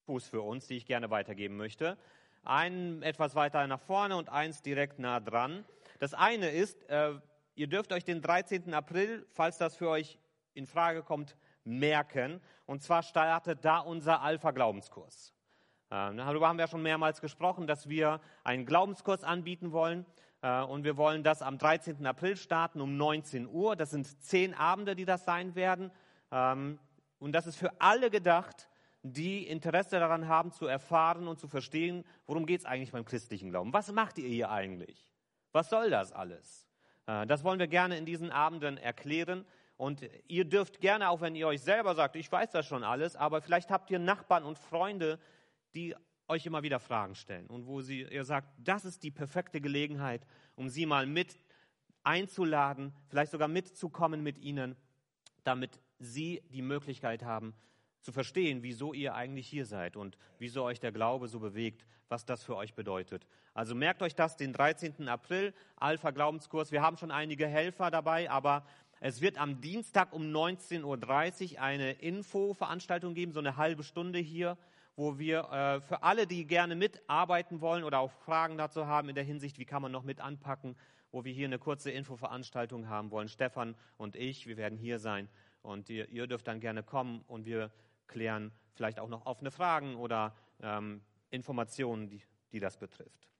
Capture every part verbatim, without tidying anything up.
Infos für uns, die ich gerne weitergeben möchte. Einen etwas weiter nach vorne und eins direkt nah dran. Das eine ist, äh, ihr dürft euch den dreizehnten April, falls das für euch in Frage kommt, merken. Und zwar startet da unser Alpha-Glaubenskurs. Äh, darüber haben wir schon mehrmals gesprochen, dass wir einen Glaubenskurs anbieten wollen. Äh, und wir wollen das am dreizehnten April starten um neunzehn Uhr. Das sind zehn Abende, die das sein werden. Ähm, und das ist für alle gedacht, die Interesse daran haben, zu erfahren und zu verstehen, worum geht es eigentlich beim christlichen Glauben. Was macht ihr hier eigentlich? Was soll das alles? Äh, das wollen wir gerne in diesen Abenden erklären. Und ihr dürft gerne, auch wenn ihr euch selber sagt, ich weiß das schon alles, aber vielleicht habt ihr Nachbarn und Freunde, die euch immer wieder Fragen stellen und wo sie, ihr sagt, das ist die perfekte Gelegenheit, um sie mal mit einzuladen, vielleicht sogar mitzukommen mit ihnen, damit sie die Möglichkeit haben, zu verstehen, wieso ihr eigentlich hier seid und wieso euch der Glaube so bewegt, was das für euch bedeutet. Also merkt euch das, den dreizehnten April, Alpha-Glaubenskurs. Wir haben schon einige Helfer dabei, aber es wird am Dienstag um neunzehn Uhr dreißig eine Infoveranstaltung geben, so eine halbe Stunde hier, wo wir äh, für alle, die gerne mitarbeiten wollen oder auch Fragen dazu haben in der Hinsicht, wie kann man noch mit anpacken, wo wir hier eine kurze Infoveranstaltung haben wollen. Stefan und ich, wir werden hier sein und ihr, ihr dürft dann gerne kommen und wir klären vielleicht auch noch offene Fragen oder ähm, Informationen, die, die das betrifft.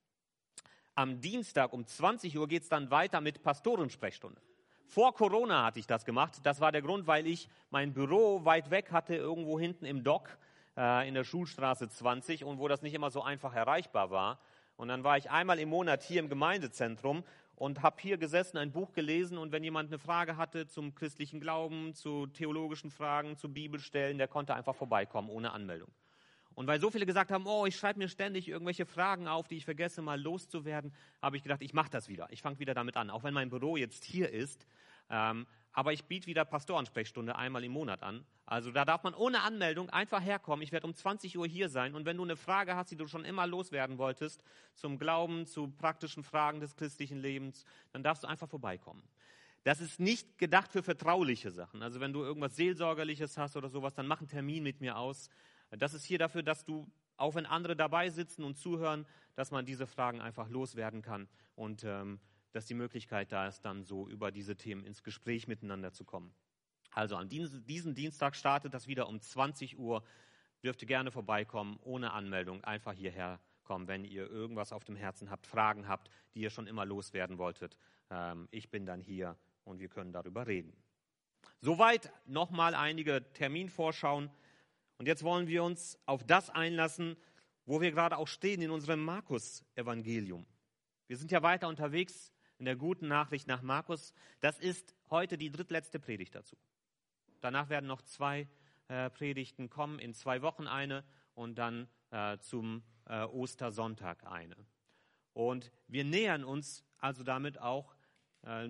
Am Dienstag um zwanzig Uhr geht es dann weiter mit Pastorensprechstunde. Vor Corona hatte ich das gemacht. Das war der Grund, weil ich mein Büro weit weg hatte, irgendwo hinten im Dock äh, in der Schulstraße zwanzig und wo das nicht immer so einfach erreichbar war. Und dann war ich einmal im Monat hier im Gemeindezentrum und habe hier gesessen, ein Buch gelesen. Und wenn jemand eine Frage hatte zum christlichen Glauben, zu theologischen Fragen, zu Bibelstellen, der konnte einfach vorbeikommen ohne Anmeldung. Und weil so viele gesagt haben, oh, ich schreibe mir ständig irgendwelche Fragen auf, die ich vergesse, mal loszuwerden, habe ich gedacht, ich mache das wieder. Ich fange wieder damit an, auch wenn mein Büro jetzt hier ist. Ähm, aber ich biete wieder Pastorensprechstunde einmal im Monat an. Also da darf man ohne Anmeldung einfach herkommen. Ich werde um zwanzig Uhr hier sein. Und wenn du eine Frage hast, die du schon immer loswerden wolltest, zum Glauben, zu praktischen Fragen des christlichen Lebens, dann darfst du einfach vorbeikommen. Das ist nicht gedacht für vertrauliche Sachen. Also wenn du irgendwas Seelsorgerliches hast oder sowas, dann mach einen Termin mit mir aus. Das ist hier dafür, dass du, auch wenn andere dabei sitzen und zuhören, dass man diese Fragen einfach loswerden kann und ähm, dass die Möglichkeit da ist, dann so über diese Themen ins Gespräch miteinander zu kommen. Also an diesem Dienstag startet das wieder um zwanzig Uhr. Dürft ihr gerne vorbeikommen, ohne Anmeldung, einfach hierher kommen, wenn ihr irgendwas auf dem Herzen habt, Fragen habt, die ihr schon immer loswerden wolltet. Ähm, ich bin dann hier und wir können darüber reden. Soweit nochmal einige Terminvorschauen. Und jetzt wollen wir uns auf das einlassen, wo wir gerade auch stehen in unserem Markus-Evangelium. Wir sind ja weiter unterwegs in der guten Nachricht nach Markus. Das ist heute die drittletzte Predigt dazu. Danach werden noch zwei äh, Predigten kommen, in zwei Wochen eine und dann äh, zum äh, Ostersonntag eine. Und wir nähern uns also damit auch äh,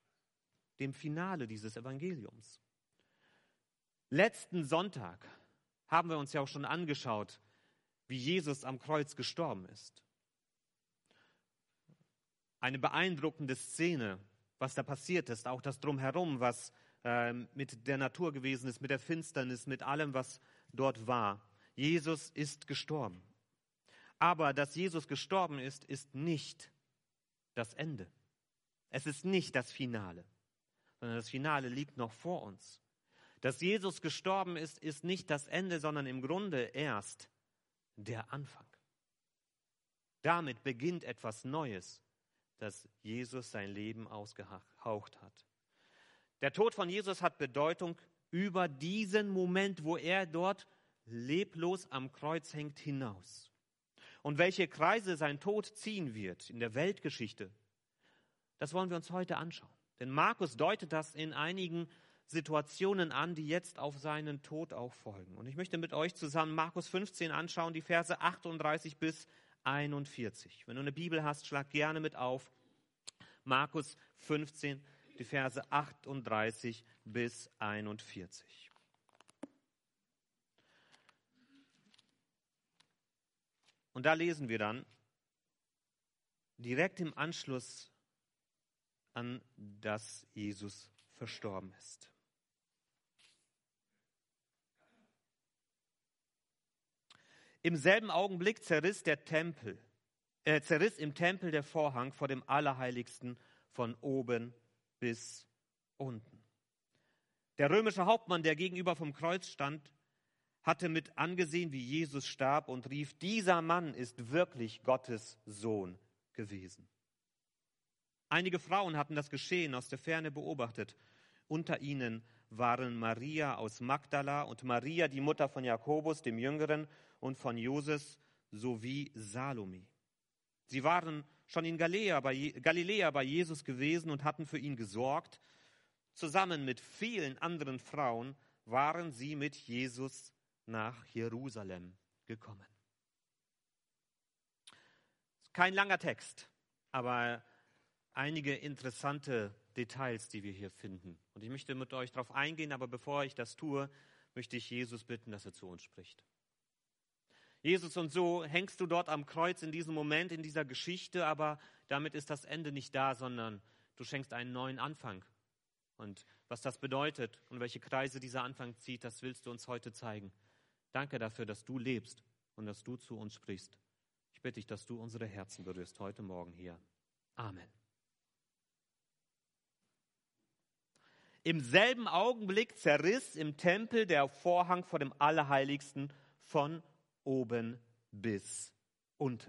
dem Finale dieses Evangeliums. Letzten Sonntag haben wir uns ja auch schon angeschaut, wie Jesus am Kreuz gestorben ist. Eine beeindruckende Szene, was da passiert ist, auch das Drumherum, was äh, mit der Natur gewesen ist, mit der Finsternis, mit allem, was dort war. Jesus ist gestorben. Aber dass Jesus gestorben ist, ist nicht das Ende. Es ist nicht das Finale, sondern das Finale liegt noch vor uns. Dass Jesus gestorben ist, ist nicht das Ende, sondern im Grunde erst der Anfang. Damit beginnt etwas Neues, dass Jesus sein Leben ausgehaucht hat. Der Tod von Jesus hat Bedeutung über diesen Moment, wo er dort leblos am Kreuz hängt, hinaus. Und welche Kreise sein Tod ziehen wird in der Weltgeschichte, das wollen wir uns heute anschauen. Denn Markus deutet das in einigen Situationen an, die jetzt auf seinen Tod auch folgen. Und ich möchte mit euch zusammen Markus fünfzehn anschauen, die Verse achtunddreißig bis einundvierzig. Wenn du eine Bibel hast, schlag gerne mit auf. Markus fünfzehn, die Verse achtunddreißig bis einundvierzig. Und da lesen wir dann direkt im Anschluss an, dass Jesus verstorben ist. Im selben Augenblick zerriss der Tempel, äh, zerriss im Tempel der Vorhang vor dem Allerheiligsten von oben bis unten. Der römische Hauptmann, der gegenüber vom Kreuz stand, hatte mit angesehen, wie Jesus starb und rief, dieser Mann ist wirklich Gottes Sohn gewesen. Einige Frauen hatten das Geschehen aus der Ferne beobachtet. Unter ihnen waren Maria aus Magdala und Maria, die Mutter von Jakobus, dem Jüngeren, und von Joses sowie Salome. Sie waren schon in Galiläa bei, Galiläa bei Jesus gewesen und hatten für ihn gesorgt. Zusammen mit vielen anderen Frauen waren sie mit Jesus nach Jerusalem gekommen. Kein langer Text, aber einige interessante Details, die wir hier finden. Und ich möchte mit euch darauf eingehen, aber bevor ich das tue, möchte ich Jesus bitten, dass er zu uns spricht. Jesus, und so hängst du dort am Kreuz in diesem Moment, in dieser Geschichte, aber damit ist das Ende nicht da, sondern du schenkst einen neuen Anfang. Und was das bedeutet und welche Kreise dieser Anfang zieht, das willst du uns heute zeigen. Danke dafür, dass du lebst und dass du zu uns sprichst. Ich bitte dich, dass du unsere Herzen berührst heute Morgen hier. Amen. Im selben Augenblick zerriss im Tempel der Vorhang vor dem Allerheiligsten von oben bis unten.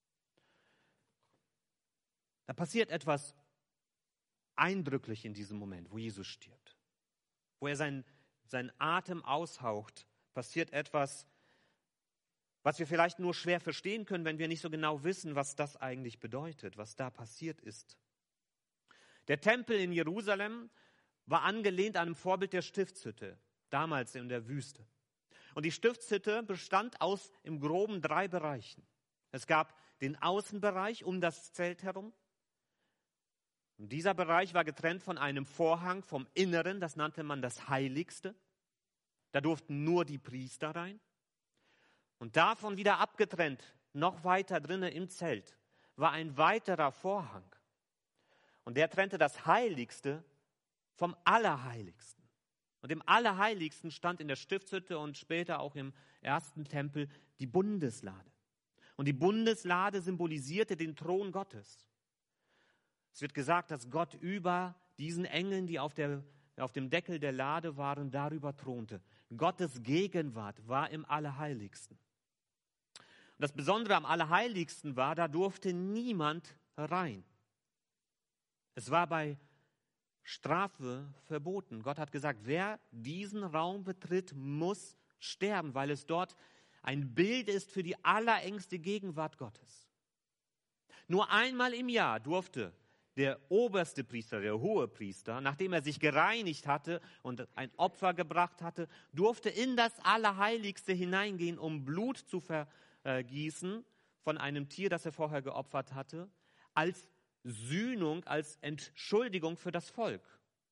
Da passiert etwas eindrücklich in diesem Moment, wo Jesus stirbt. Wo er seinen, seinen Atem aushaucht, passiert etwas, was wir vielleicht nur schwer verstehen können, wenn wir nicht so genau wissen, was das eigentlich bedeutet, was da passiert ist. Der Tempel in Jerusalem war angelehnt an einem Vorbild der Stiftshütte, damals in der Wüste. Und die Stiftshütte bestand aus im Groben drei Bereichen. Es gab den Außenbereich um das Zelt herum. Und dieser Bereich war getrennt von einem Vorhang vom Inneren, das nannte man das Heiligste. Da durften nur die Priester rein. Und davon wieder abgetrennt, noch weiter drinnen im Zelt, war ein weiterer Vorhang. Und der trennte das Heiligste vom Allerheiligsten. Und im Allerheiligsten stand in der Stiftshütte und später auch im ersten Tempel die Bundeslade. Und die Bundeslade symbolisierte den Thron Gottes. Es wird gesagt, dass Gott über diesen Engeln, die auf, der, auf dem Deckel der Lade waren, darüber thronte. Gottes Gegenwart war im Allerheiligsten. Und das Besondere am Allerheiligsten war, da durfte niemand rein. Es war bei Strafe verboten. Gott hat gesagt, wer diesen Raum betritt, muss sterben, weil es dort ein Bild ist für die allerengste Gegenwart Gottes. Nur einmal im Jahr durfte der oberste Priester, der Hohepriester, nachdem er sich gereinigt hatte und ein Opfer gebracht hatte, durfte in das Allerheiligste hineingehen, um Blut zu vergießen von einem Tier, das er vorher geopfert hatte, als Sühnung, als Entschuldigung für das Volk.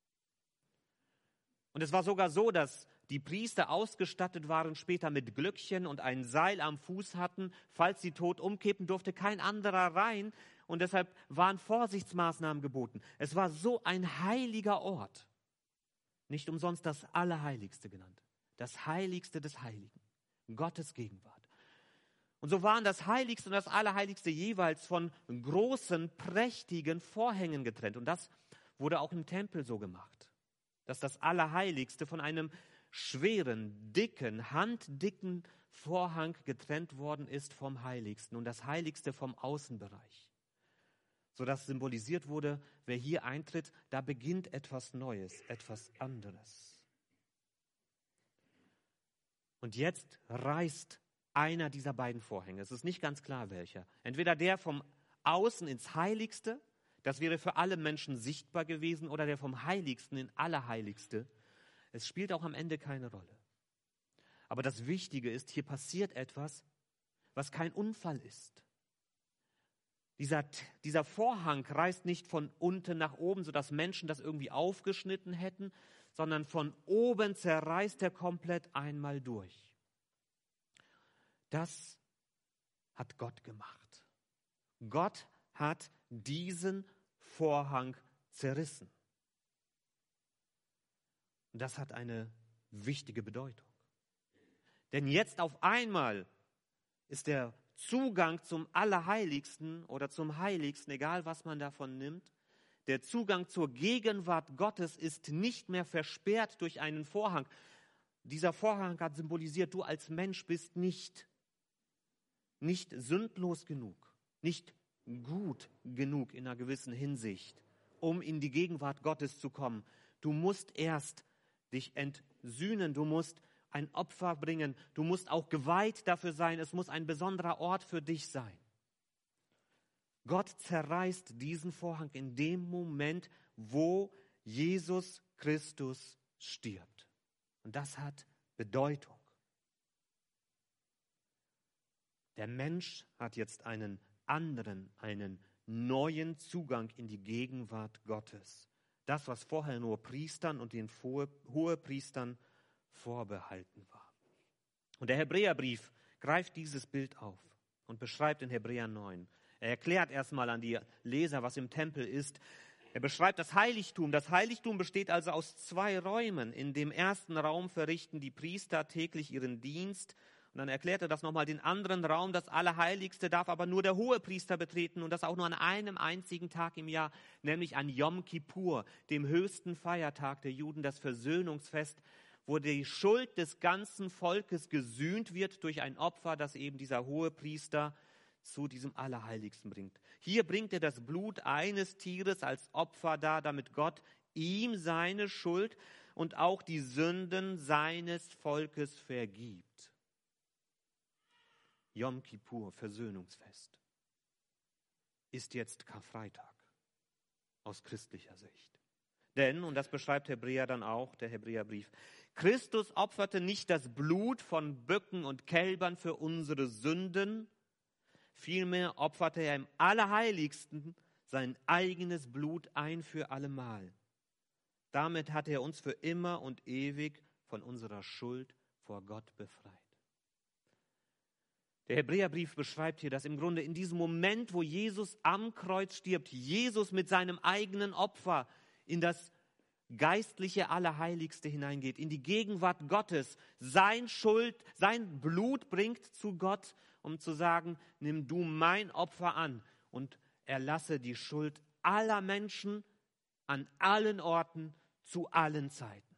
Und es war sogar so, dass die Priester ausgestattet waren später mit Glöckchen und ein Seil am Fuß hatten. Falls sie tot umkippen, durfte kein anderer rein. Und deshalb waren Vorsichtsmaßnahmen geboten. Es war so ein heiliger Ort. Nicht umsonst das Allerheiligste genannt. Das Heiligste des Heiligen. Gottes Gegenwart. Und so waren das Heiligste und das Allerheiligste jeweils von großen, prächtigen Vorhängen getrennt. Und das wurde auch im Tempel so gemacht. Dass das Allerheiligste von einem schweren, dicken, handdicken Vorhang getrennt worden ist vom Heiligsten und das Heiligste vom Außenbereich. Sodass symbolisiert wurde, wer hier eintritt, da beginnt etwas Neues, etwas anderes. Und jetzt reißt einer dieser beiden Vorhänge. Es ist nicht ganz klar, welcher. Entweder der vom Außen ins Heiligste, das wäre für alle Menschen sichtbar gewesen, oder der vom Heiligsten in Allerheiligste. Es spielt auch am Ende keine Rolle. Aber das Wichtige ist, hier passiert etwas, was kein Unfall ist. Dieser, dieser Vorhang reißt nicht von unten nach oben, sodass Menschen das irgendwie aufgeschnitten hätten, sondern von oben zerreißt er komplett einmal durch. Das hat Gott gemacht. Gott hat diesen Vorhang zerrissen. Und das hat eine wichtige Bedeutung. Denn jetzt auf einmal ist der Zugang zum Allerheiligsten oder zum Heiligsten, egal was man davon nimmt. Der Zugang zur Gegenwart Gottes ist nicht mehr versperrt durch einen Vorhang. Dieser Vorhang hat symbolisiert, du als Mensch bist nicht, nicht sündlos genug, nicht gut genug in einer gewissen Hinsicht, um in die Gegenwart Gottes zu kommen. Du musst erst dich entsühnen, du musst ein Opfer bringen, du musst auch geweiht dafür sein, es muss ein besonderer Ort für dich sein. Gott zerreißt diesen Vorhang in dem Moment, wo Jesus Christus stirbt. Und das hat Bedeutung. Der Mensch hat jetzt einen anderen, einen neuen Zugang in die Gegenwart Gottes. Das, was vorher nur Priestern und den Hohepriestern vorbehalten war. Und der Hebräerbrief greift dieses Bild auf und beschreibt in Hebräer neun. Er erklärt erstmal an die Leser, was im Tempel ist. Er beschreibt das Heiligtum. Das Heiligtum besteht also aus zwei Räumen. In dem ersten Raum verrichten die Priester täglich ihren Dienst. Und dann erklärt er das nochmal, den anderen Raum, das Allerheiligste, darf aber nur der Hohepriester betreten und das auch nur an einem einzigen Tag im Jahr, nämlich an Yom Kippur, dem höchsten Feiertag der Juden, das Versöhnungsfest, wo die Schuld des ganzen Volkes gesühnt wird durch ein Opfer, das eben dieser Hohepriester zu diesem Allerheiligsten bringt. Hier bringt er das Blut eines Tieres als Opfer dar, damit Gott ihm seine Schuld und auch die Sünden seines Volkes vergibt. Yom Kippur, Versöhnungsfest, ist jetzt Karfreitag aus christlicher Sicht. Denn, und das beschreibt Hebräer dann auch, der Hebräerbrief, Christus opferte nicht das Blut von Böcken und Kälbern für unsere Sünden, vielmehr opferte er im Allerheiligsten sein eigenes Blut ein für allemal. Damit hat er uns für immer und ewig von unserer Schuld vor Gott befreit. Der Hebräerbrief beschreibt hier, dass im Grunde in diesem Moment, wo Jesus am Kreuz stirbt, Jesus mit seinem eigenen Opfer in das geistliche Allerheiligste hineingeht, in die Gegenwart Gottes, sein Schuld, sein Blut bringt zu Gott, um zu sagen, nimm du mein Opfer an und erlasse die Schuld aller Menschen an allen Orten zu allen Zeiten.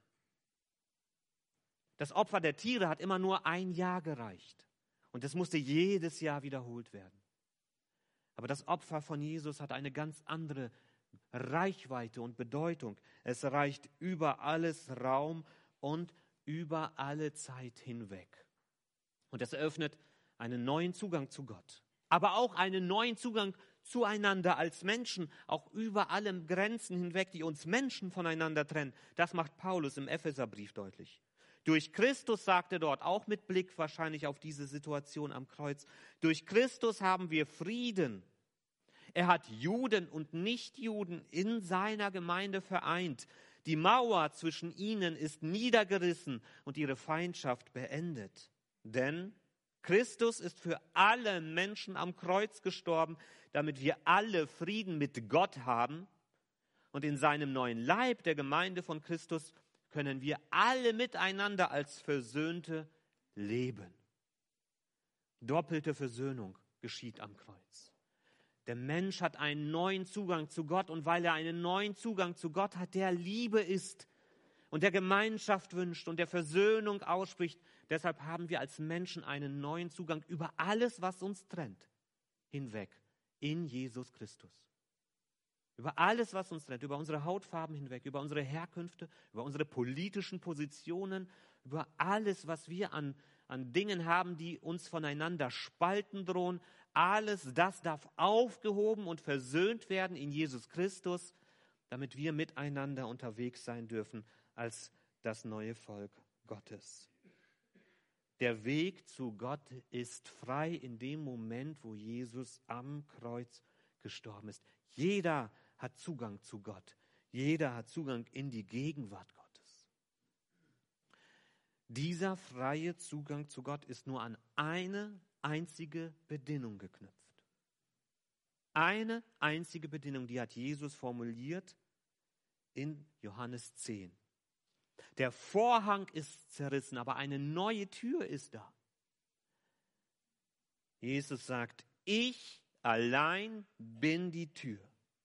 Das Opfer der Tiere hat immer nur ein Jahr gereicht und es musste jedes Jahr wiederholt werden. Aber das Opfer von Jesus hat eine ganz andere Reichweite und Bedeutung. Es reicht über alles Raum und über alle Zeit hinweg. Und es eröffnet einen neuen Zugang zu Gott, aber auch einen neuen Zugang zueinander als Menschen, auch über alle Grenzen hinweg, die uns Menschen voneinander trennen. Das macht Paulus im Epheserbrief deutlich. Durch Christus, sagt er dort, auch mit Blick wahrscheinlich auf diese Situation am Kreuz, durch Christus haben wir Frieden. Er hat Juden und Nichtjuden in seiner Gemeinde vereint. Die Mauer zwischen ihnen ist niedergerissen und ihre Feindschaft beendet. Denn Christus ist für alle Menschen am Kreuz gestorben, damit wir alle Frieden mit Gott haben. Und in seinem neuen Leib, der Gemeinde von Christus, können wir alle miteinander als Versöhnte leben. Doppelte Versöhnung geschieht am Kreuz. Der Mensch hat einen neuen Zugang zu Gott und weil er einen neuen Zugang zu Gott hat, der Liebe ist und der Gemeinschaft wünscht und der Versöhnung ausspricht, deshalb haben wir als Menschen einen neuen Zugang über alles, was uns trennt, hinweg in Jesus Christus. Über alles, was uns trennt, über unsere Hautfarben hinweg, über unsere Herkünfte, über unsere politischen Positionen, über alles, was wir an, an Dingen haben, die uns voneinander spalten drohen. Alles das darf aufgehoben und versöhnt werden in Jesus Christus, damit wir miteinander unterwegs sein dürfen als das neue Volk Gottes. Der Weg zu Gott ist frei in dem Moment, wo Jesus am Kreuz gestorben ist. Jeder hat Zugang zu Gott. Jeder hat Zugang in die Gegenwart Gottes. Dieser freie Zugang zu Gott ist nur an eine einzige Bedingung geknüpft. Eine einzige Bedingung, die hat Jesus formuliert in Johannes zehn. Der Vorhang ist zerrissen, aber eine neue Tür ist da. Jesus sagt, ich allein bin die Tür.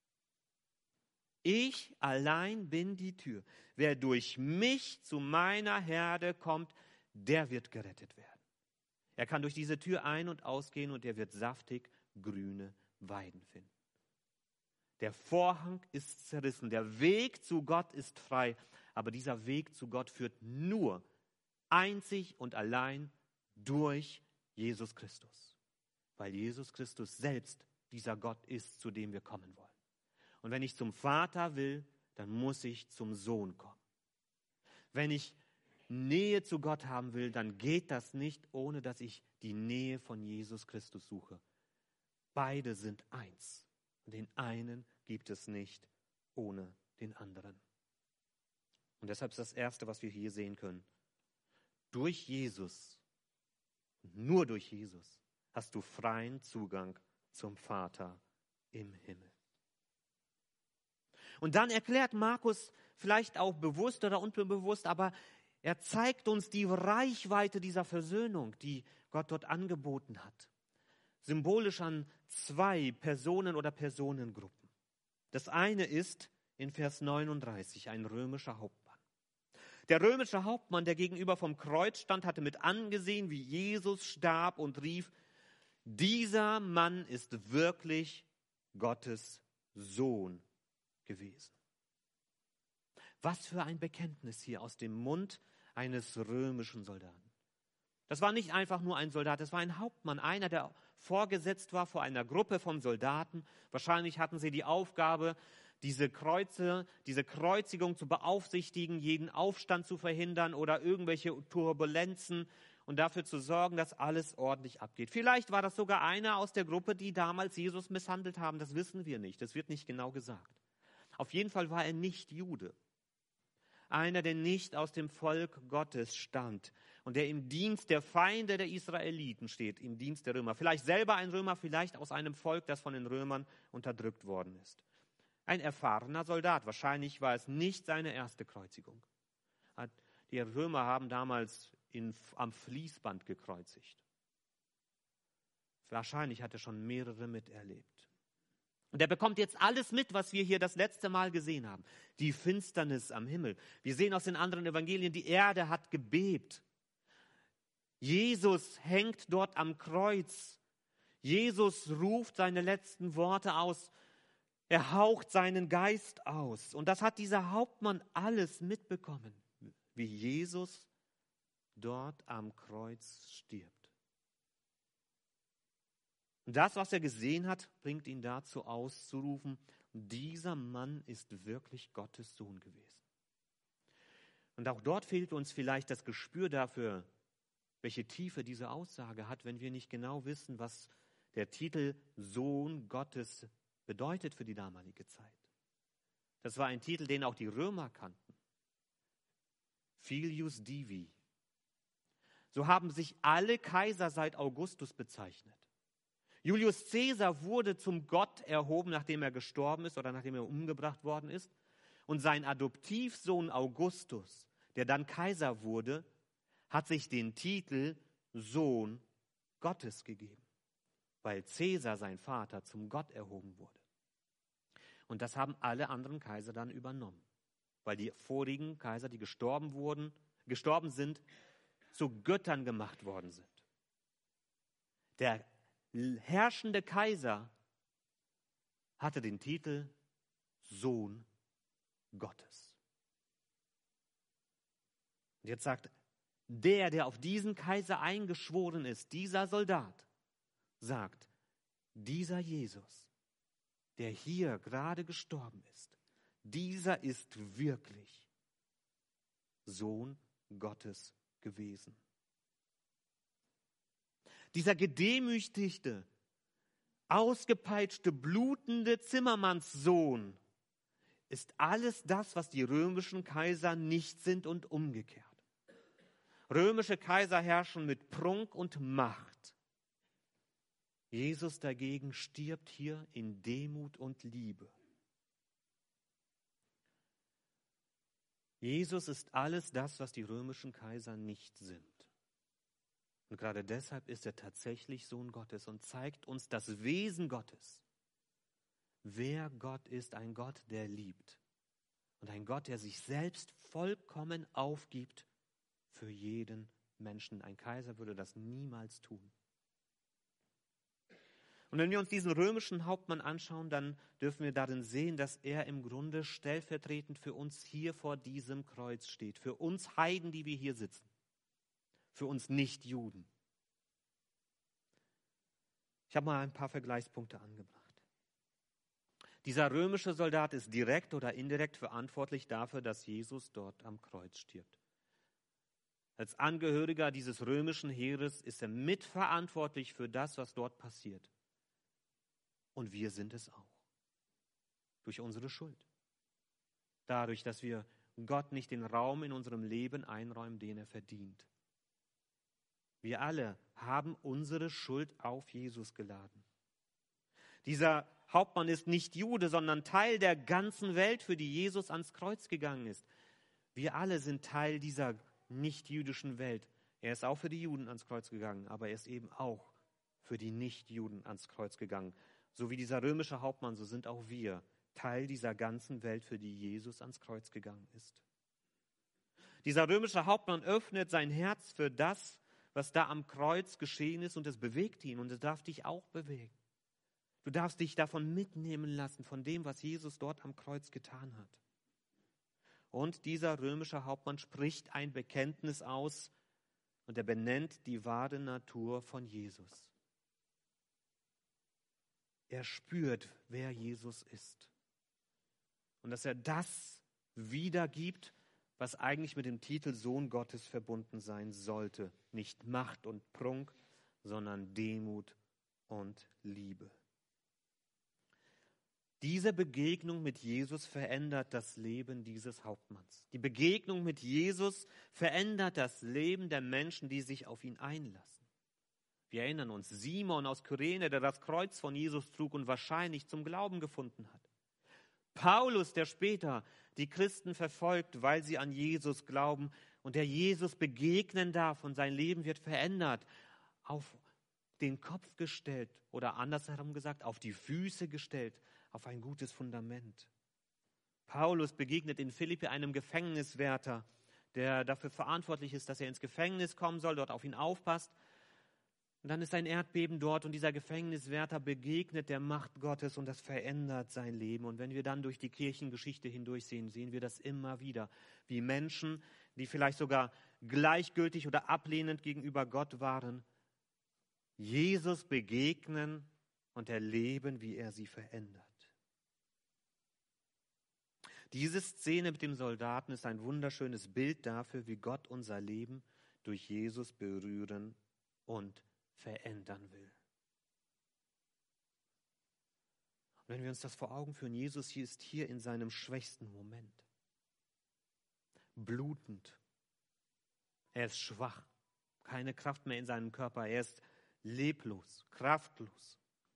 Ich allein bin die Tür. Wer durch mich zu meiner Herde kommt, der wird gerettet werden. Er kann durch diese Tür ein- und ausgehen und er wird saftig grüne Weiden finden. Der Vorhang ist zerrissen, der Weg zu Gott ist frei, aber dieser Weg zu Gott führt nur einzig und allein durch Jesus Christus, weil Jesus Christus selbst dieser Gott ist, zu dem wir kommen wollen. Und wenn ich zum Vater will, dann muss ich zum Sohn kommen. Wenn ich Nähe zu Gott haben will, dann geht das nicht, ohne dass ich die Nähe von Jesus Christus suche. Beide sind eins. Und den einen gibt es nicht ohne den anderen. Und deshalb ist das Erste, was wir hier sehen können. Durch Jesus, nur durch Jesus, hast du freien Zugang zum Vater im Himmel. Und dann erklärt Markus vielleicht auch bewusst oder unbewusst, aber er zeigt uns die Reichweite dieser Versöhnung, die Gott dort angeboten hat. Symbolisch an zwei Personen oder Personengruppen. Das eine ist in Vers neununddreißig ein römischer Hauptmann. Der römische Hauptmann, der gegenüber vom Kreuz stand, hatte mit angesehen, wie Jesus starb und rief, dieser Mann ist wirklich Gottes Sohn gewesen. Was für ein Bekenntnis hier aus dem Mund eines römischen Soldaten. Das war nicht einfach nur ein Soldat, das war ein Hauptmann, einer, der vorgesetzt war vor einer Gruppe von Soldaten. Wahrscheinlich hatten sie die Aufgabe, diese Kreuze, diese Kreuzigung zu beaufsichtigen, jeden Aufstand zu verhindern oder irgendwelche Turbulenzen und dafür zu sorgen, dass alles ordentlich abgeht. Vielleicht war das sogar einer aus der Gruppe, die damals Jesus misshandelt haben. Das wissen wir nicht. Das wird nicht genau gesagt. Auf jeden Fall war er nicht Jude. Einer, der nicht aus dem Volk Gottes stammt und der im Dienst der Feinde der Israeliten steht, im Dienst der Römer. Vielleicht selber ein Römer, vielleicht aus einem Volk, das von den Römern unterdrückt worden ist. Ein erfahrener Soldat. Wahrscheinlich war es nicht seine erste Kreuzigung. Die Römer haben damals in, am Fließband gekreuzigt. Wahrscheinlich hat er schon mehrere miterlebt. Und er bekommt jetzt alles mit, was wir hier das letzte Mal gesehen haben. Die Finsternis am Himmel. Wir sehen aus den anderen Evangelien, die Erde hat gebebt. Jesus hängt dort am Kreuz. Jesus ruft seine letzten Worte aus. Er haucht seinen Geist aus. Und das hat dieser Hauptmann alles mitbekommen, wie Jesus dort am Kreuz stirbt. Und das, was er gesehen hat, bringt ihn dazu auszurufen, dieser Mann ist wirklich Gottes Sohn gewesen. Und auch dort fehlt uns vielleicht das Gespür dafür, welche Tiefe diese Aussage hat, wenn wir nicht genau wissen, was der Titel Sohn Gottes bedeutet für die damalige Zeit. Das war ein Titel, den auch die Römer kannten. Filius Divi. So haben sich alle Kaiser seit Augustus bezeichnet. Julius Caesar wurde zum Gott erhoben, nachdem er gestorben ist oder nachdem er umgebracht worden ist. Und sein Adoptivsohn Augustus, der dann Kaiser wurde, hat sich den Titel Sohn Gottes gegeben, weil Caesar, sein Vater, zum Gott erhoben wurde. Und das haben alle anderen Kaiser dann übernommen, weil die vorigen Kaiser, die gestorben wurden, gestorben sind, zu Göttern gemacht worden sind. Der herrschende Kaiser hatte den Titel Sohn Gottes. Und jetzt sagt der, der auf diesen Kaiser eingeschworen ist, dieser Soldat, sagt, dieser Jesus, der hier gerade gestorben ist, dieser ist wirklich Sohn Gottes gewesen. Dieser gedemütigte, ausgepeitschte, blutende Zimmermannssohn ist alles das, was die römischen Kaiser nicht sind und umgekehrt. Römische Kaiser herrschen mit Prunk und Macht. Jesus dagegen stirbt hier in Demut und Liebe. Jesus ist alles das, was die römischen Kaiser nicht sind. Und gerade deshalb ist er tatsächlich Sohn Gottes und zeigt uns das Wesen Gottes. Wer Gott ist, ein Gott, der liebt. Und ein Gott, der sich selbst vollkommen aufgibt für jeden Menschen. Ein Kaiser würde das niemals tun. Und wenn wir uns diesen römischen Hauptmann anschauen, dann dürfen wir darin sehen, dass er im Grunde stellvertretend für uns hier vor diesem Kreuz steht. Für uns Heiden, die wir hier sitzen. Für uns Nicht-Juden. Ich habe mal ein paar Vergleichspunkte angebracht. Dieser römische Soldat ist direkt oder indirekt verantwortlich dafür, dass Jesus dort am Kreuz stirbt. Als Angehöriger dieses römischen Heeres ist er mitverantwortlich für das, was dort passiert. Und wir sind es auch. Durch unsere Schuld. Dadurch, dass wir Gott nicht den Raum in unserem Leben einräumen, den er verdient. Wir alle haben unsere Schuld auf Jesus geladen. Dieser Hauptmann ist nicht Jude, sondern Teil der ganzen Welt, für die Jesus ans Kreuz gegangen ist. Wir alle sind Teil dieser nicht-jüdischen Welt. Er ist auch für die Juden ans Kreuz gegangen, aber er ist eben auch für die Nicht-Juden ans Kreuz gegangen. So wie dieser römische Hauptmann, so sind auch wir Teil dieser ganzen Welt, für die Jesus ans Kreuz gegangen ist. Dieser römische Hauptmann öffnet sein Herz für das, was da am Kreuz geschehen ist, und es bewegt ihn und es darf dich auch bewegen. Du darfst dich davon mitnehmen lassen, von dem, was Jesus dort am Kreuz getan hat. Und dieser römische Hauptmann spricht ein Bekenntnis aus und er benennt die wahre Natur von Jesus. Er spürt, wer Jesus ist. Und dass er das wiedergibt, was eigentlich mit dem Titel Sohn Gottes verbunden sein sollte. Nicht Macht und Prunk, sondern Demut und Liebe. Diese Begegnung mit Jesus verändert das Leben dieses Hauptmanns. Die Begegnung mit Jesus verändert das Leben der Menschen, die sich auf ihn einlassen. Wir erinnern uns, Simon aus Kyrene, der das Kreuz von Jesus trug und wahrscheinlich zum Glauben gefunden hat. Paulus, der später die Christen verfolgt, weil sie an Jesus glauben und der Jesus begegnen darf und sein Leben wird verändert, auf den Kopf gestellt oder andersherum gesagt, auf die Füße gestellt, auf ein gutes Fundament. Paulus begegnet in Philippi einem Gefängniswärter, der dafür verantwortlich ist, dass er ins Gefängnis kommen soll, dort auf ihn aufpasst. Und dann ist ein Erdbeben dort und dieser Gefängniswärter begegnet der Macht Gottes und das verändert sein Leben. Und wenn wir dann durch die Kirchengeschichte hindurchsehen, sehen wir das immer wieder, wie Menschen, die vielleicht sogar gleichgültig oder ablehnend gegenüber Gott waren, Jesus begegnen und erleben, wie er sie verändert. Diese Szene mit dem Soldaten ist ein wunderschönes Bild dafür, wie Gott unser Leben durch Jesus berühren und verändern will. Und wenn wir uns das vor Augen führen, Jesus hier ist hier in seinem schwächsten Moment. Blutend. Er ist schwach. Keine Kraft mehr in seinem Körper. Er ist leblos, kraftlos.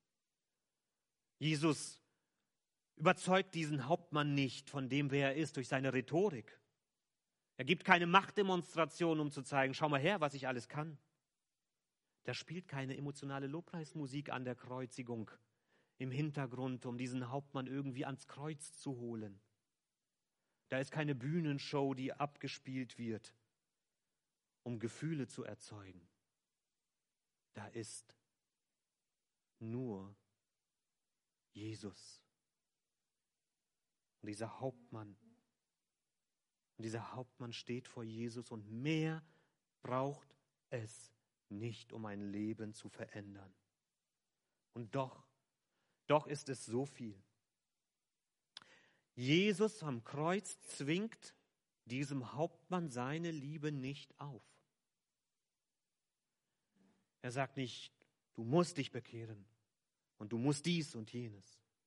Jesus überzeugt diesen Hauptmann nicht von dem, wer er ist, durch seine Rhetorik. Er gibt keine Machtdemonstration, um zu zeigen, schau mal her, was ich alles kann. Da spielt keine emotionale Lobpreismusik an der Kreuzigung im Hintergrund, um diesen Hauptmann irgendwie ans Kreuz zu holen. Da ist keine Bühnenshow, die abgespielt wird, um Gefühle zu erzeugen. Da ist nur Jesus. Und dieser Hauptmann, und dieser Hauptmann steht vor Jesus und mehr braucht es nicht, um ein Leben zu verändern. Und doch, doch ist es so viel. Jesus am Kreuz zwingt diesem Hauptmann seine Liebe nicht auf. Er sagt nicht, du musst dich bekehren und du musst dies und jenes.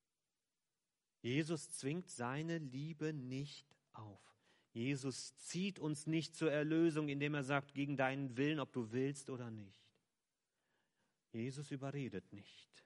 Jesus zwingt seine Liebe nicht auf. Jesus zieht uns nicht zur Erlösung, indem er sagt, gegen deinen Willen, ob du willst oder nicht. Jesus überredet nicht.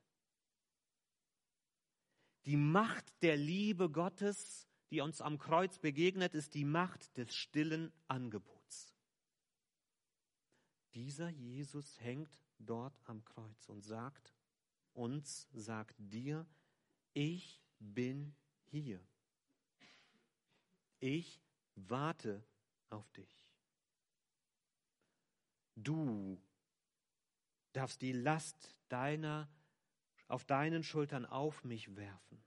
Die Macht der Liebe Gottes, die uns am Kreuz begegnet, ist die Macht des stillen Angebots. Dieser Jesus hängt dort am Kreuz und sagt uns, sagt dir, ich bin hier. Ich warte auf dich. Du darfst die Last deiner, auf deinen Schultern auf mich werfen.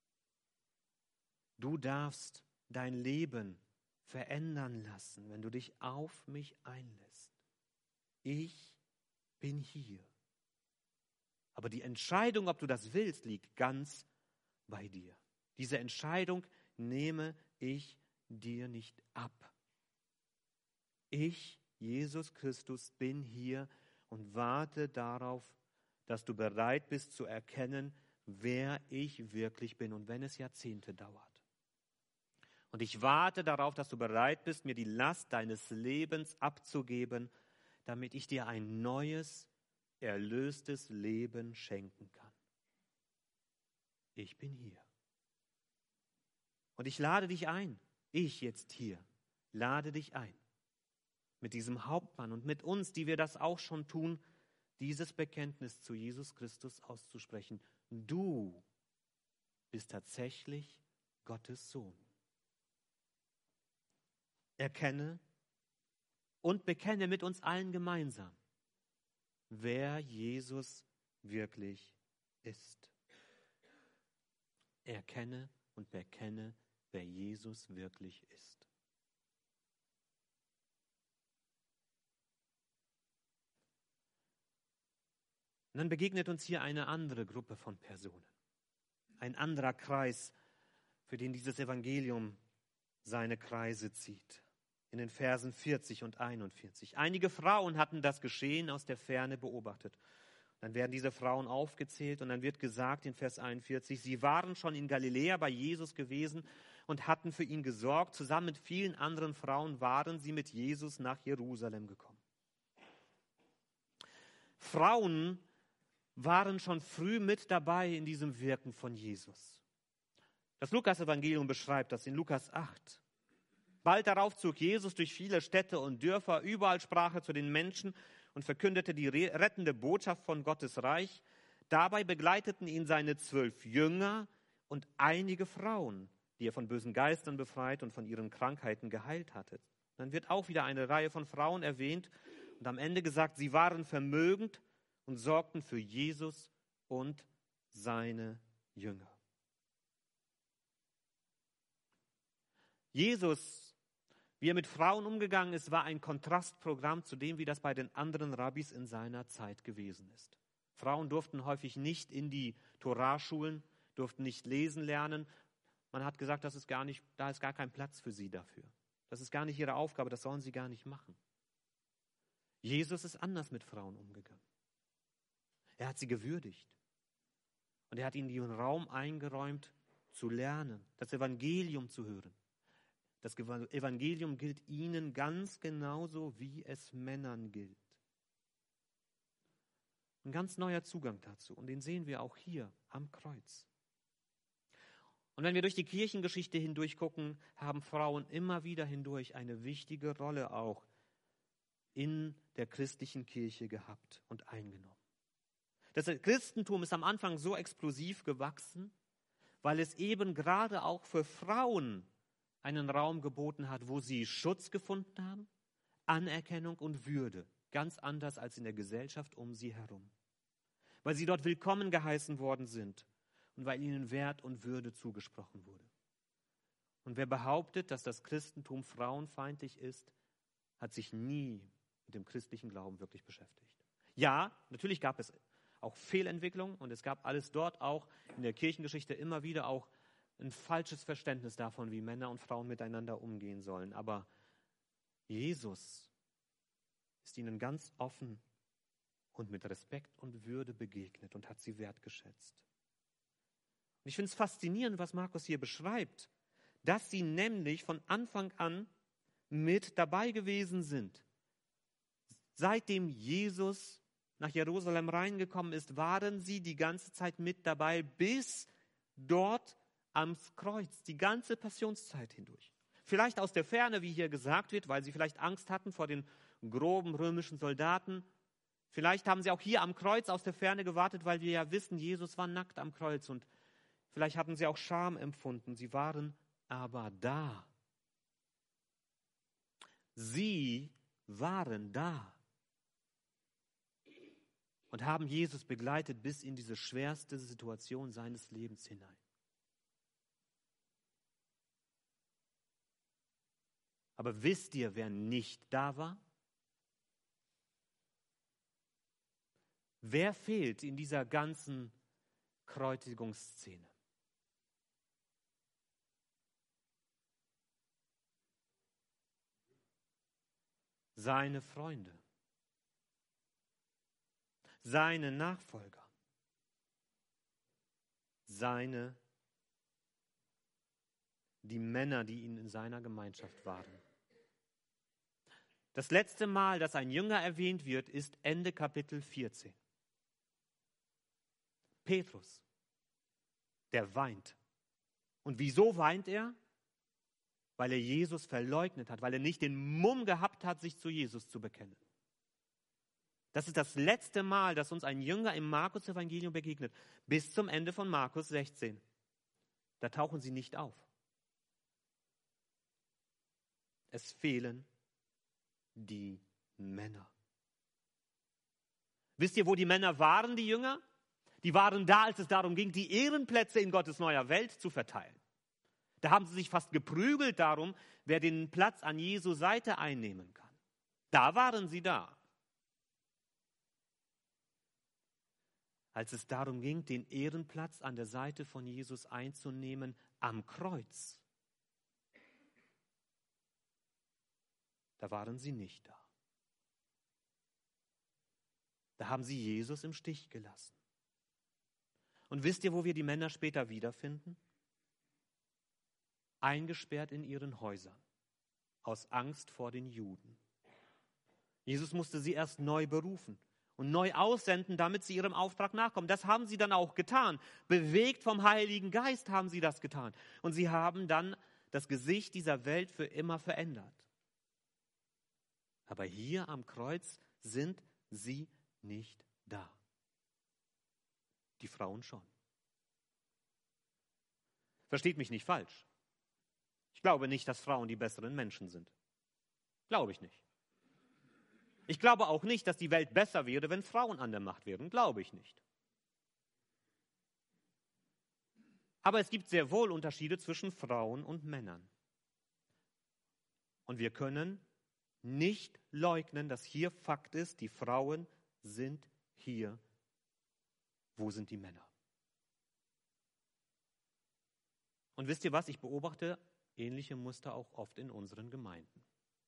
Du darfst dein Leben verändern lassen, wenn du dich auf mich einlässt. Ich bin hier. Aber die Entscheidung, ob du das willst, liegt ganz bei dir. Diese Entscheidung nehme ich dir nicht ab. Ich, Jesus Christus, bin hier und warte darauf, dass du bereit bist zu erkennen, wer ich wirklich bin, und wenn es Jahrzehnte dauert. Und ich warte darauf, dass du bereit bist, mir die Last deines Lebens abzugeben, damit ich dir ein neues, erlöstes Leben schenken kann. Ich bin hier. Und ich lade dich ein, ich jetzt hier, lade dich ein, mit diesem Hauptmann und mit uns, die wir das auch schon tun, dieses Bekenntnis zu Jesus Christus auszusprechen. Du bist tatsächlich Gottes Sohn. Erkenne und bekenne mit uns allen gemeinsam, wer Jesus wirklich ist. Erkenne und bekenne, wer Jesus wirklich ist. Und dann begegnet uns hier eine andere Gruppe von Personen, ein anderer Kreis, für den dieses Evangelium seine Kreise zieht. In den Versen vierzig und einundvierzig. Einige Frauen hatten das Geschehen aus der Ferne beobachtet. Dann werden diese Frauen aufgezählt und dann wird gesagt in Vers einundvierzig, sie waren schon in Galiläa bei Jesus gewesen und hatten für ihn gesorgt. Zusammen mit vielen anderen Frauen waren sie mit Jesus nach Jerusalem gekommen. Frauen waren schon früh mit dabei in diesem Wirken von Jesus. Das Lukas-Evangelium beschreibt das in Lukas acht. Bald darauf zog Jesus durch viele Städte und Dörfer, überall sprach er zu den Menschen und verkündete die rettende Botschaft von Gottes Reich. Dabei begleiteten ihn seine zwölf Jünger und einige Frauen, die er von bösen Geistern befreit und von ihren Krankheiten geheilt hatte. Dann wird auch wieder eine Reihe von Frauen erwähnt und am Ende gesagt, sie waren vermögend und sorgten für Jesus und seine Jünger. Jesus, wie er mit Frauen umgegangen ist, war ein Kontrastprogramm zu dem, wie das bei den anderen Rabbis in seiner Zeit gewesen ist. Frauen durften häufig nicht in die Torah-Schulen, durften nicht lesen lernen. Man hat gesagt, das ist gar nicht, da ist gar kein Platz für sie dafür. Das ist gar nicht ihre Aufgabe, das sollen sie gar nicht machen. Jesus ist anders mit Frauen umgegangen. Er hat sie gewürdigt. Und er hat ihnen den Raum eingeräumt, zu lernen, das Evangelium zu hören. Das Evangelium gilt ihnen ganz genauso, wie es Männern gilt. Ein ganz neuer Zugang dazu. Und den sehen wir auch hier am Kreuz. Und wenn wir durch die Kirchengeschichte hindurch gucken, haben Frauen immer wieder hindurch eine wichtige Rolle auch in der christlichen Kirche gehabt und eingenommen. Das Christentum ist am Anfang so explosiv gewachsen, weil es eben gerade auch für Frauen einen Raum geboten hat, wo sie Schutz gefunden haben, Anerkennung und Würde, ganz anders als in der Gesellschaft um sie herum. Weil sie dort willkommen geheißen worden sind und weil ihnen Wert und Würde zugesprochen wurde. Und wer behauptet, dass das Christentum frauenfeindlich ist, hat sich nie mit dem christlichen Glauben wirklich beschäftigt. Ja, natürlich gab es auch Fehlentwicklungen und es gab alles dort auch in der Kirchengeschichte immer wieder auch ein falsches Verständnis davon, wie Männer und Frauen miteinander umgehen sollen. Aber Jesus ist ihnen ganz offen und mit Respekt und Würde begegnet und hat sie wertgeschätzt. Und ich finde es faszinierend, was Markus hier beschreibt, dass sie nämlich von Anfang an mit dabei gewesen sind. Seitdem Jesus nach Jerusalem reingekommen ist, waren sie die ganze Zeit mit dabei, bis dort am Kreuz, die ganze Passionszeit hindurch. Vielleicht aus der Ferne, wie hier gesagt wird, weil sie vielleicht Angst hatten vor den groben römischen Soldaten. Vielleicht haben sie auch hier am Kreuz aus der Ferne gewartet, weil wir ja wissen, Jesus war nackt am Kreuz. Und vielleicht hatten sie auch Scham empfunden. Sie waren aber da. Sie waren da. Und haben Jesus begleitet bis in diese schwerste Situation seines Lebens hinein. Aber wisst ihr, wer nicht da war? Wer fehlt in dieser ganzen Kreuzigungsszene? Seine Freunde. Seine Nachfolger. Seine, die Männer, die ihn in seiner Gemeinschaft waren. Das letzte Mal, dass ein Jünger erwähnt wird, ist Ende Kapitel vierzehn. Petrus, der weint. Und wieso weint er? Weil er Jesus verleugnet hat, weil er nicht den Mumm gehabt hat, sich zu Jesus zu bekennen. Das ist das letzte Mal, dass uns ein Jünger im Markus-Evangelium begegnet, bis zum Ende von Markus sechzehn. Da tauchen sie nicht auf. Es fehlen die Männer. Wisst ihr, wo die Männer waren, die Jünger? Die waren da, als es darum ging, die Ehrenplätze in Gottes neuer Welt zu verteilen. Da haben sie sich fast geprügelt darum, wer den Platz an Jesu Seite einnehmen kann. Da waren sie da. Als es darum ging, den Ehrenplatz an der Seite von Jesus einzunehmen am Kreuz, da waren sie nicht da. Da haben sie Jesus im Stich gelassen. Und wisst ihr, wo wir die Männer später wiederfinden? Eingesperrt in ihren Häusern, aus Angst vor den Juden. Jesus musste sie erst neu berufen und neu aussenden, damit sie ihrem Auftrag nachkommen. Das haben sie dann auch getan. Bewegt vom Heiligen Geist haben sie das getan. Und sie haben dann das Gesicht dieser Welt für immer verändert. Aber hier am Kreuz sind sie nicht da. Die Frauen schon. Versteht mich nicht falsch. Ich glaube nicht, dass Frauen die besseren Menschen sind. Glaube ich nicht. Ich glaube auch nicht, dass die Welt besser wäre, wenn Frauen an der Macht wären. Glaube ich nicht. Aber es gibt sehr wohl Unterschiede zwischen Frauen und Männern. Und wir können nicht leugnen, dass hier Fakt ist, die Frauen sind hier. Wo sind die Männer? Und wisst ihr was? Ich beobachte ähnliche Muster auch oft in unseren Gemeinden.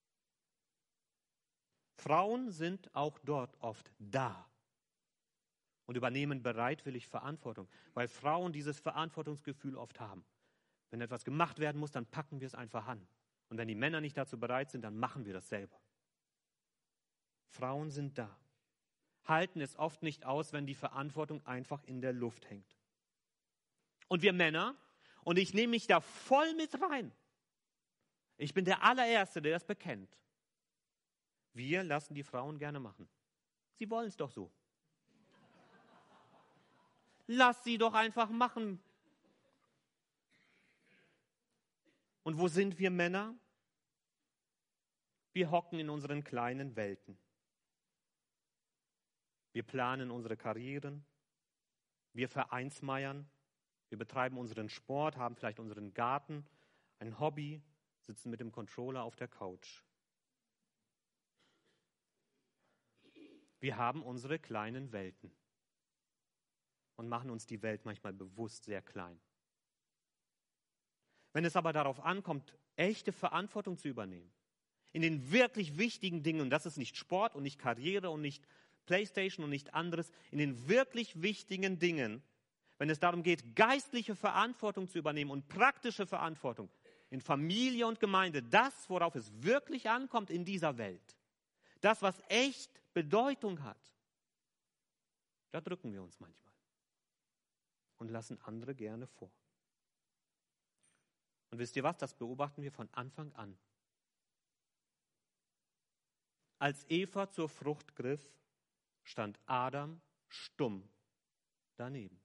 Frauen sind auch dort oft da und übernehmen bereitwillig Verantwortung, weil Frauen dieses Verantwortungsgefühl oft haben. Wenn etwas gemacht werden muss, dann packen wir es einfach an. Und wenn die Männer nicht dazu bereit sind, dann machen wir das selber. Frauen sind da, halten es oft nicht aus, wenn die Verantwortung einfach in der Luft hängt. Und wir Männer, und ich nehme mich da voll mit rein. Ich bin der allererste, der das bekennt. Wir lassen die Frauen gerne machen. Sie wollen es doch so. Lass sie doch einfach machen. Und wo sind wir Männer? Wir hocken in unseren kleinen Welten. Wir planen unsere Karrieren. Wir vereinsmeiern. Wir betreiben unseren Sport, haben vielleicht unseren Garten, ein Hobby, sitzen mit dem Controller auf der Couch. Wir haben unsere kleinen Welten und machen uns die Welt manchmal bewusst sehr klein. Wenn es aber darauf ankommt, echte Verantwortung zu übernehmen, in den wirklich wichtigen Dingen, und das ist nicht Sport und nicht Karriere und nicht Playstation und nicht anderes, in den wirklich wichtigen Dingen, wenn es darum geht, geistliche Verantwortung zu übernehmen und praktische Verantwortung in Familie und Gemeinde, das, worauf es wirklich ankommt in dieser Welt, das, was echt Bedeutung hat, da drücken wir uns manchmal und lassen andere gerne vor. Und wisst ihr was? Das beobachten wir von Anfang an. Als Eva zur Frucht griff, stand Adam stumm daneben.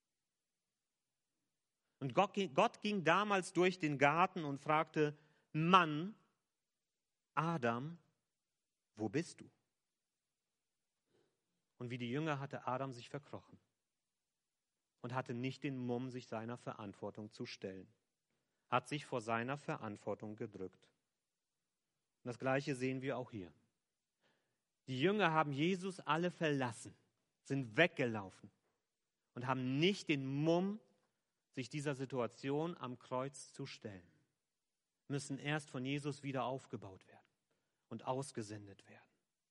Und Gott, Gott ging damals durch den Garten und fragte: Mann, Adam, wo bist du? Und wie die Jünger hatte Adam sich verkrochen und hatte nicht den Mumm, sich seiner Verantwortung zu stellen, hat sich vor seiner Verantwortung gedrückt. Und das Gleiche sehen wir auch hier. Die Jünger haben Jesus alle verlassen, sind weggelaufen und haben nicht den Mumm, sich dieser Situation am Kreuz zu stellen, müssen erst von Jesus wieder aufgebaut werden und ausgesendet werden.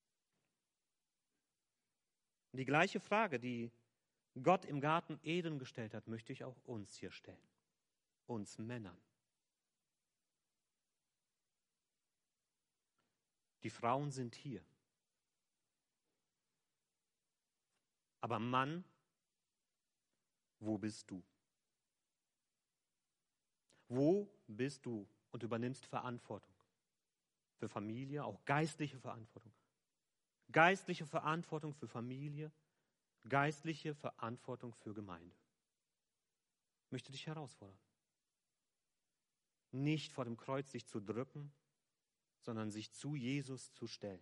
Und die gleiche Frage, die Gott im Garten Eden gestellt hat, möchte ich auch uns hier stellen, uns Männern. Die Frauen sind hier. Aber Mann, wo bist du? Wo bist du und übernimmst Verantwortung für Familie, auch geistliche Verantwortung? Geistliche Verantwortung für Familie, geistliche Verantwortung für Gemeinde. Ich möchte dich herausfordern. Nicht vor dem Kreuz sich zu drücken, sondern sich zu Jesus zu stellen.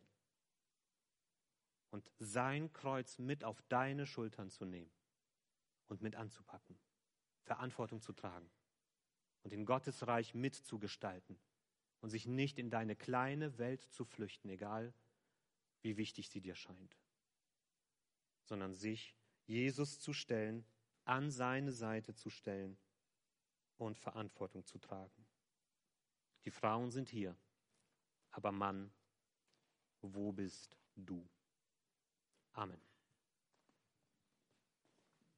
Und sein Kreuz mit auf deine Schultern zu nehmen und mit anzupacken, Verantwortung zu tragen und in Gottes Reich mitzugestalten und sich nicht in deine kleine Welt zu flüchten, egal wie wichtig sie dir scheint, sondern sich Jesus zu stellen, an seine Seite zu stellen und Verantwortung zu tragen. Die Frauen sind hier, aber Mann, wo bist du? Amen.